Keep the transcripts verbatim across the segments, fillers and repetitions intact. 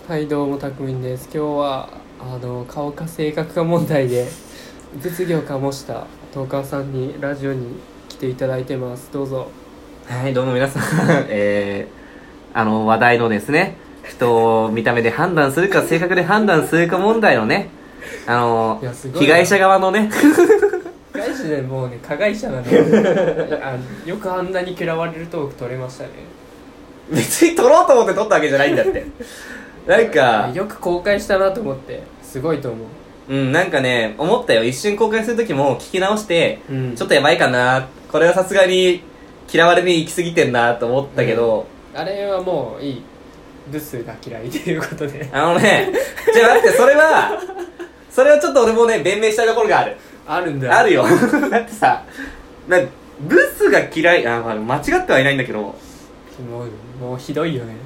はいどうもたくみんです。今日はあの顔か性格か問題で物議を醸したトーカーさんにラジオに来ていただいてます。どうぞ。 はい、どうも皆さん、えー、あの話題のですね、人を見た目で判断するか性格で判断するか問題のね、あの被害者側のね被害者でもうね、加害者なのあよくあんなに嫌われるトーク取れましたね。 別に撮ろうと思って撮ったわけじゃないんだってなんかよく公開したなと思って、すごいと思う。 うん、なんかね、思ったよ。一瞬公開する時も聞き直して、 うん、 ちょっとやばいかな、これはさすがに嫌われに行き過ぎてんなと思ったけど、 うん、あれはもういい、ブスが嫌いということであのね、じゃあ待って、それはそれはちょっと俺もね、弁明したいところがある。 あるんだ。 あるよだってさ、なブスが嫌い、あ、まあ、間違ってはいないんだけど、もうもうひどいよね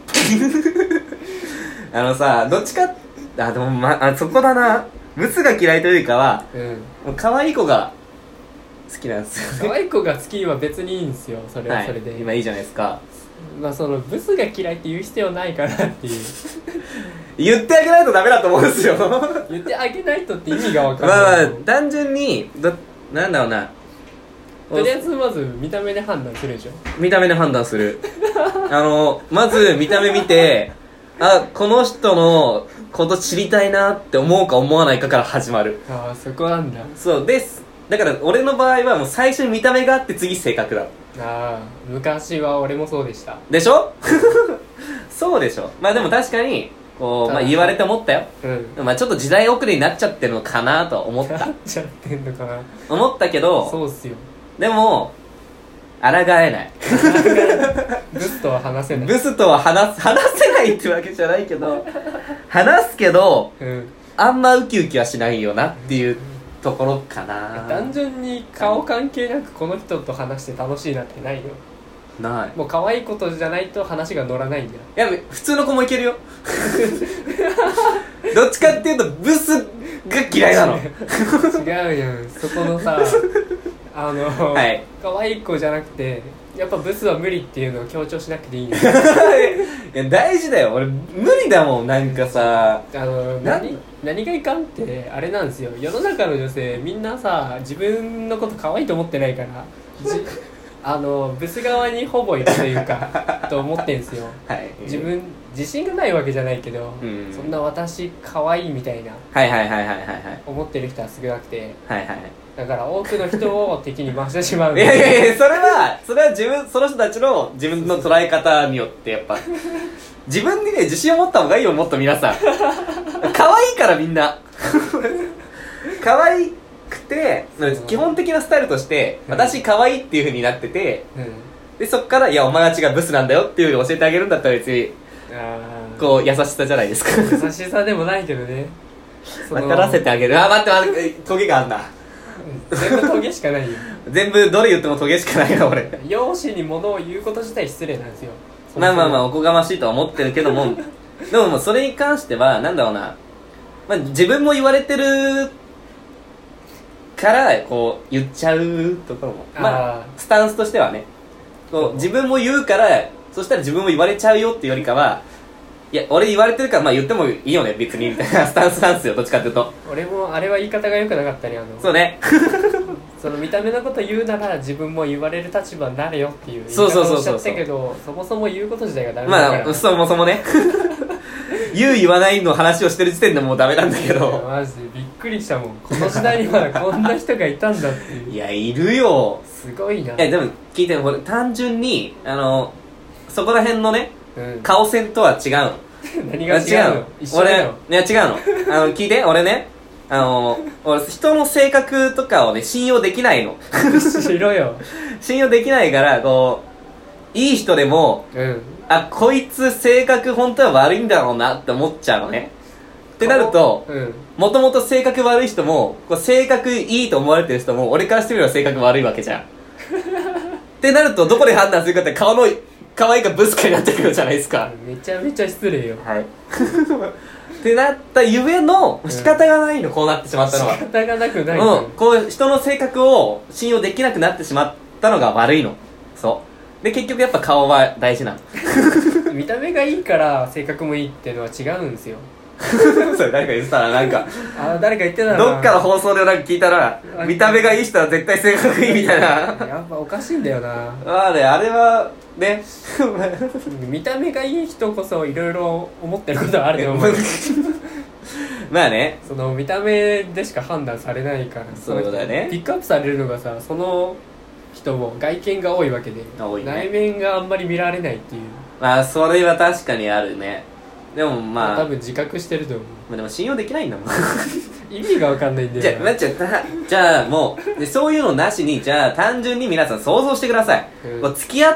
あのさ、どっちか、あ、でも、ま、あ、そこだな。ブスが嫌いというよりかは、 うん、もう可愛い子が好きなんですよ。 可愛い子が好きは別にいいんですよ。それはそれで、 はい、今いいじゃないですか。 まあそのブスが嫌いって言う必要ないかなっていう言ってあげないとダメだと思うんですよ言ってあげないとって意味が分かんない。 まあまあ単純にど、なんだろうな、 とりあえずまず見た目で判断するでしょ。 見た目で判断するあのまず見た目見て、あ、この人のこと知りたいなって思うか思わないかから始まる。 ああ、そこなんだ。 そうです。だから俺の場合はもう最初に見た目があって次性格だ。 ああ、昔は俺もそうでした。 でしょそうでしょ。まあでも確かにこう、まあ、言われて思ったよ。 うん。 まあちょっと時代遅れになっちゃってるのかなとは思ったなっちゃってんのかな。 思ったけど、 そうっすよ。 でも抗えないブスとは話せない。 ブスとは話す話せないってわけじゃないけど話すけど、 うん、 あんまウキウキはしないよなっていうところかな。 単純に顔関係なくこの人と話して楽しいなってないよ。 ない。 もう可愛いことじゃないと話が乗らないんだよ。 いや普通の子もいけるよどっちかっていうとブスが嫌いなの違うよ、そこのさあの、はい、可愛い子じゃなくてやっぱブスは無理っていうのを強調しなくていいよいや大事だよ。俺無理だもん。なんかさ、 あの何何がいかんってあれなんですよ。世の中の女性みんなさ、自分のこと可愛いと思ってないからじあのブス側にほぼいるというかと思ってんすよ、はい、自分自信がないわけじゃないけど、うん、そんな私可愛いみたいなはいはいはいはいはいはい思ってる人は少なくて、 はいはい、 だから多くの人を敵に回してしまう。 いやいやいや、それはそれは自分、その人たちの自分の捉え方によってやっぱ自分にね自信を持った方がいいよ。もっと皆さん可愛いからみんな可愛くて、基本的なスタイルとして、うん、私可愛いっていう風になってて、うん、でそっからいやお前は違うブスなんだよっていう風に教えてあげるんだったら別にこう優しさじゃないですか。 優しさでもないけどね。 分からせてあげる。あ、待って待って、トゲがあんな。 全部トゲしかないよ全部どれ言ってもトゲしかないな俺。 容姿に物を言うこと自体失礼なんですよ。 まあまあまあおこがましいとは思ってるけどもでももうそれに関してはなんだろうな、まあ、自分も言われてるからこう言っちゃうところも、まあスタンスとしてはね、こう自分も言うから、そしたら自分も言われちゃうよっていうよりかは、いや俺言われてるからまあ言ってもいいよね別にみたいなスタンスなんですよ。どっちかっていうと俺もあれは言い方が良くなかったね。あのそうねその見た目のこと言うなら自分も言われる立場になれよっていう言い方をしちゃったけど、そもそも言うこと自体がダメだから。 まあそもそもね言う言わないの話をしてる時点でもうダメなんだけどマジでびっくりしたもん。この時代にまだこんな人がいたんだっていう。 いやいるよ。 すごいな。 いやでも聞いて、これ単純にあのそこら辺のね、うん、顔線とは違うの何が違うの？一緒だよ。 俺いや違うのあの聞いて、俺ね、あの俺人の性格とかをね信用できないのしろよ信用できないから、こういい人でも、うん、あこいつ性格本当は悪いんだろうなって思っちゃうのね。ってなると、もともと性格悪い人もこう性格いいと思われてる人も俺からしてみれば性格悪いわけじゃんってなるとどこで判断するかって顔の可愛いかブスかになってくるじゃないですか。 めちゃめちゃ失礼よ。 はいってなったゆえの仕方がないの、うん、こうなってしまったのは仕方がなくない、 うん、こう人の性格を信用できなくなってしまったのが悪いの。そうで結局やっぱ顔は大事なの見た目がいいから性格もいいっていうのは違うんですよ。 それ誰か言ってたらなんかあ、誰か言ってたな。 どっかの放送でなんか聞いたら見た目がいい人は絶対性格いいみたいな。 やっぱおかしいんだよな。 まあね、あれはね見た目がいい人こそいろいろ思ってることはあると思う。 まあね、 その見た目でしか判断されないから。 そうだよね。 ピックアップされるのがさ、その人も外見が多いわけで、 多いね、 内面があんまり見られないっていう。 まあそれは確かにあるね。でもまあ多分自覚してると思う。 まあ、でも信用できないんだもん。 意味が分かんないんだよな。 じゃあ、待って、じゃあもうでそういうのなしに、じゃあ単純に皆さん想像してください、うん、こう付き合って、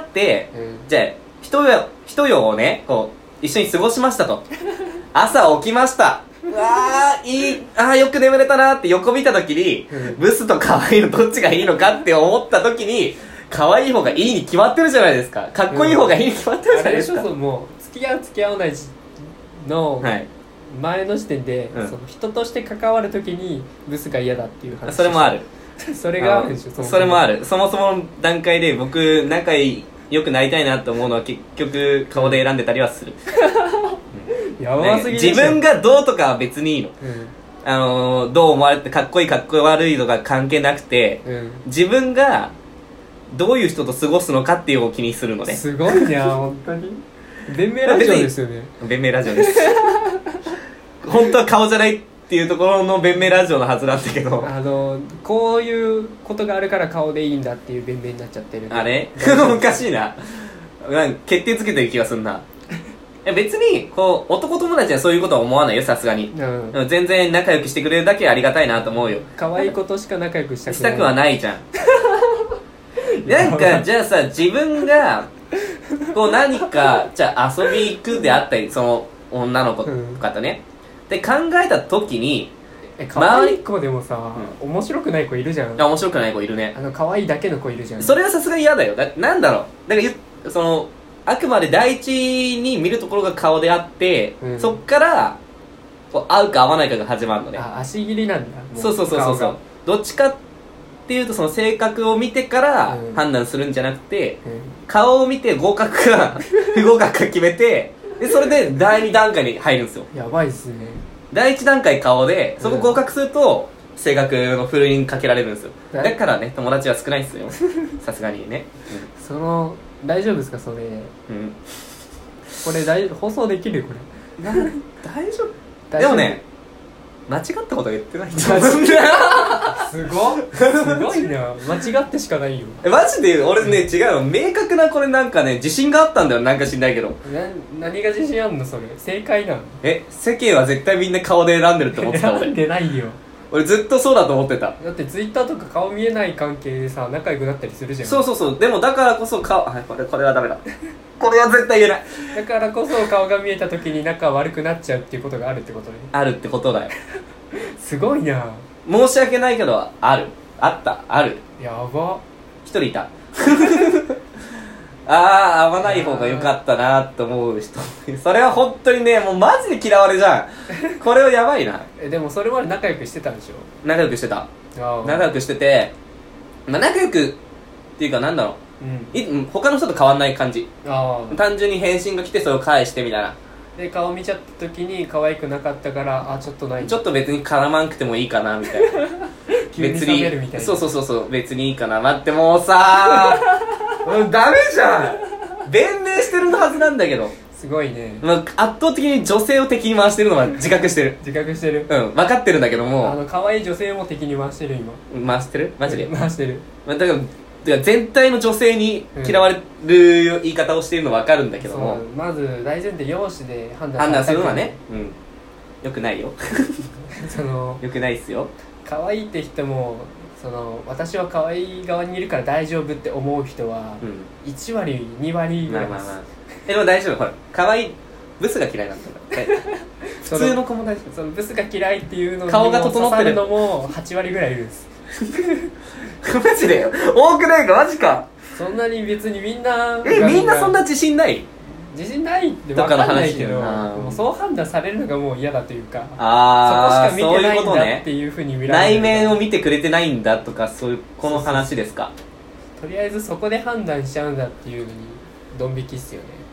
うん、じゃあ一夜一夜をねこう一緒に過ごしましたと。朝起きました、うわーいい、あーよく眠れたなーって横見た時に、うん、ブスと可愛いのどっちがいいのかって思った時に可愛い方がいいに決まってるじゃないですか。かっこいい方がいいに決まってるじゃないですか、 うん、あれそうそう、もう付き合う付き合わないの前の時点で、はい、その人として関わるときにブスが嫌だっていう話。 それもある。 それがあるでしょ。 そ, それもある。そもそもの段階で僕仲良くなりたいなと思うのは結局顔で選んでたりはする。 うん、やばすぎでしょ。 自分がどうとかは別にいいの、うん、あのー、どう思われてかっこいいかっこ悪いとか関係なくて、うん、自分がどういう人と過ごすのかっていうのを気にするのね。 すごいね本当に。弁明ラジオですよね。 弁明ラジオです本当は顔じゃないっていうところの弁明ラジオのはずなんだけど、あのこういうことがあるから顔でいいんだっていう弁明になっちゃってる。 あれおかしいな。なんか決定つけてる気がすんな。いや別にこう男友達はそういうことは思わないよ、さすがに、うん、全然仲良くしてくれるだけありがたいなと思うよ。 可愛いことしか仲良くしたくないしたくはないじゃんなんかじゃあさ、自分がこう何かじゃあ遊び行くであったり、その女の子とかとね、うん、で考えた時に、 え可愛い子でもさ、うん、面白くない子いるじゃん。 あ、面白くない子いるね。 あの可愛いだけの子いるじゃん。 それはさすがに嫌だよ。だなんだろう、だからそのあくまで第一に見るところが顔であって、うん、そっからこう合うか合わないかが始まるのね。 あ、足切りなんだ。 そうそうそうそうそう。どっちかっていうとその性格を見てから判断するんじゃなくて、うんうん、顔を見て合格か不合格か決めて、でそれでだいに段階に入るんですよ。 やばいっすね。 だいいち段階顔でそこ合格すると、うん、性格のふるいにかけられるんですよ。だからね友達は少ないですよさすがにね、 うん、その大丈夫ですかそれ、うん、これ大放送できるこれ大丈夫でもね間違ったこと言ってないと思うすごすごいな。間違ってしかないよ。 えマジで俺ね、うん、違うの明確なこれなんかね自信があったんだよ。なんか知んないけどな何が自信あんのそれ。正解なの？ え世間は絶対みんな顔で選んでるって思ってた俺。 選んでないよ。 俺ずっとそうだと思ってた。 だってツイッターとか顔見えない関係でさ仲良くなったりするじゃん。 そうそうそう。でもだからこそ顔、あ、これこれはダメだこれは絶対言えない。 だからこそ顔が見えた時に仲悪くなっちゃうっていうことがあるってことね。 あるってことだよすごいな。 申し訳ないけどあるあったある。 やば。 一人いたああ合わない方が良かったなって思う人それは本当にねもうマジで嫌われじゃんこれはやばいな。 えでもそれまで仲良くしてたんでしょ？ 仲良くしてた。仲良くしてて、まあ、仲良くっていうかなんだろう、うん、い他の人と変わんない感じ。あ単純に返信が来てそれを返してみたいな。 で顔見ちゃった時に可愛くなかったからあちょっとないちょっと別に絡まんくてもいいかなみたいな急に冷めるみたいな。 そうそうそうそう別にいいかな。待ってもうさーダメじゃん。弁明してるはずなんだけど。 すごいね、 まあ、圧倒的に女性を敵に回してるのは自覚してる自覚してる。 うん分かってるんだけども、 あの可愛い女性も敵に回してる今。回してるマジで回してる。 まあ、だから全体の女性に嫌われる言い方をしているの分かるんだけども、 うん、まず大前提容姿で判断判断するのはね、うん、よくないよそのよくないっすよ。 可愛いって人もその私は可愛い側にいるから大丈夫って思う人は、うん、いち割に割ぐらいです。まあまあまあ、えでも大丈夫。ほら可愛いブスが嫌いなんだから普通の子も大丈夫。 そのブスが嫌いっていうのに顔が整ってるのもはち割ぐらいいるんですマジで多くないかマジか。 そんなに別にみんなえみんなそんな自信ない？ 自信ないって分かんないけどもうそう判断されるのがもう嫌だというか、 あそこしか見てないんだっていうふうに見られる、 内面を見てくれてないんだとかそういうこの話ですか。 とりあえずそこで判断しちゃうんだっていうのにドン引きっすよね。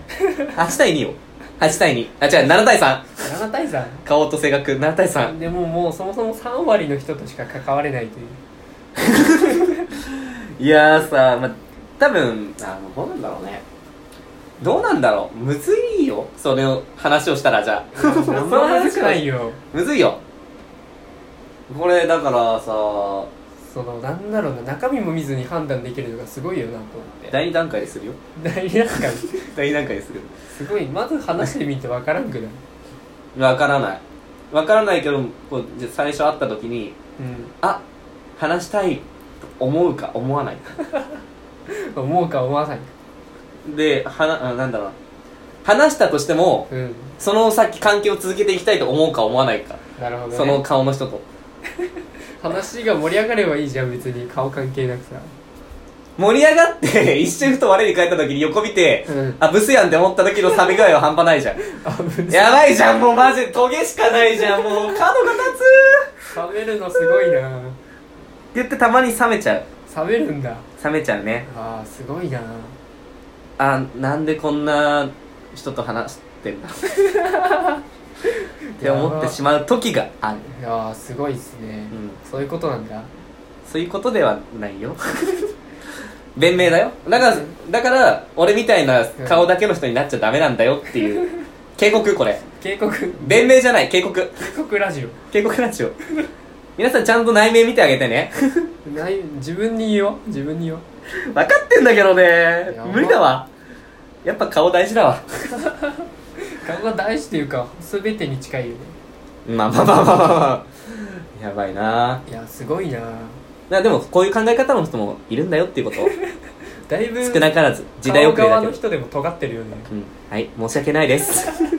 はちたいによ。はちたいに。あ、違う、ななたいさん。 ななたいさん顔と性格ななたいさん。 でももうそもそもさん割の人としか関われないといういやーさ、まあ、多分あのどうなんだろうね。どうなんだろう。むずいよ、それの話をしたら。じゃあ何もむずくないよ。 むずいよこれ。だからさ、 そのなんだろうな、中身も見ずに判断できるのがすごいよなと思って第二段階でするよ。 第二段階第二段階でする。 すごい。まず話してみて分からんくない？ わからないわからないけど、こうじゃ最初会った時に、 うんあ、話したいと思うか思わないか思うか思わないか。 で、はな、あ、なんだろうな、話したとしてもうんその先関係を続けていきたいと思うか思わないか。 なるほどね。 その顔の人と話が盛り上がればいいじゃん、別に顔関係なくさ。 盛り上がって一瞬ふと我に返った時に横見て、 うんあ、ブスやんって思った時の冷め具合は半端ないじゃん。 あ、ぶやばいじゃん、もうマジでトゲしかないじゃん、もう角が立つ冷めるのすごいな。 って言ってたまに冷めちゃう。 冷めるんだ。 冷めちゃうね。 ああ、すごいな。 あ、なんでこんな人と話してんだって思ってしまう時がある。 いやー、すごいっすね、 うん、 そういうことなんだ。 そういうことではないよ弁明だよ。だからだから俺みたいな顔だけの人になっちゃダメなんだよっていう警告。これ警告。 弁明じゃない、警告。 警告ラジオ。 警告ラジオ皆さんちゃんと内面見てあげてねない、自分に言おう、自分に言おう。 分かってんだけどねやば、 無理だわ。やっぱ顔大事だわ顔が大事っていうか全てに近いよね。 まあまあまあまあまあ、まあ、やばいな。 いや、すごいな。 な。でもこういう考え方の人もいるんだよっていうことをだいぶ少なからず時代遅れだけど。 顔側の人でも尖ってるよね。 うん、はい、申し訳ないです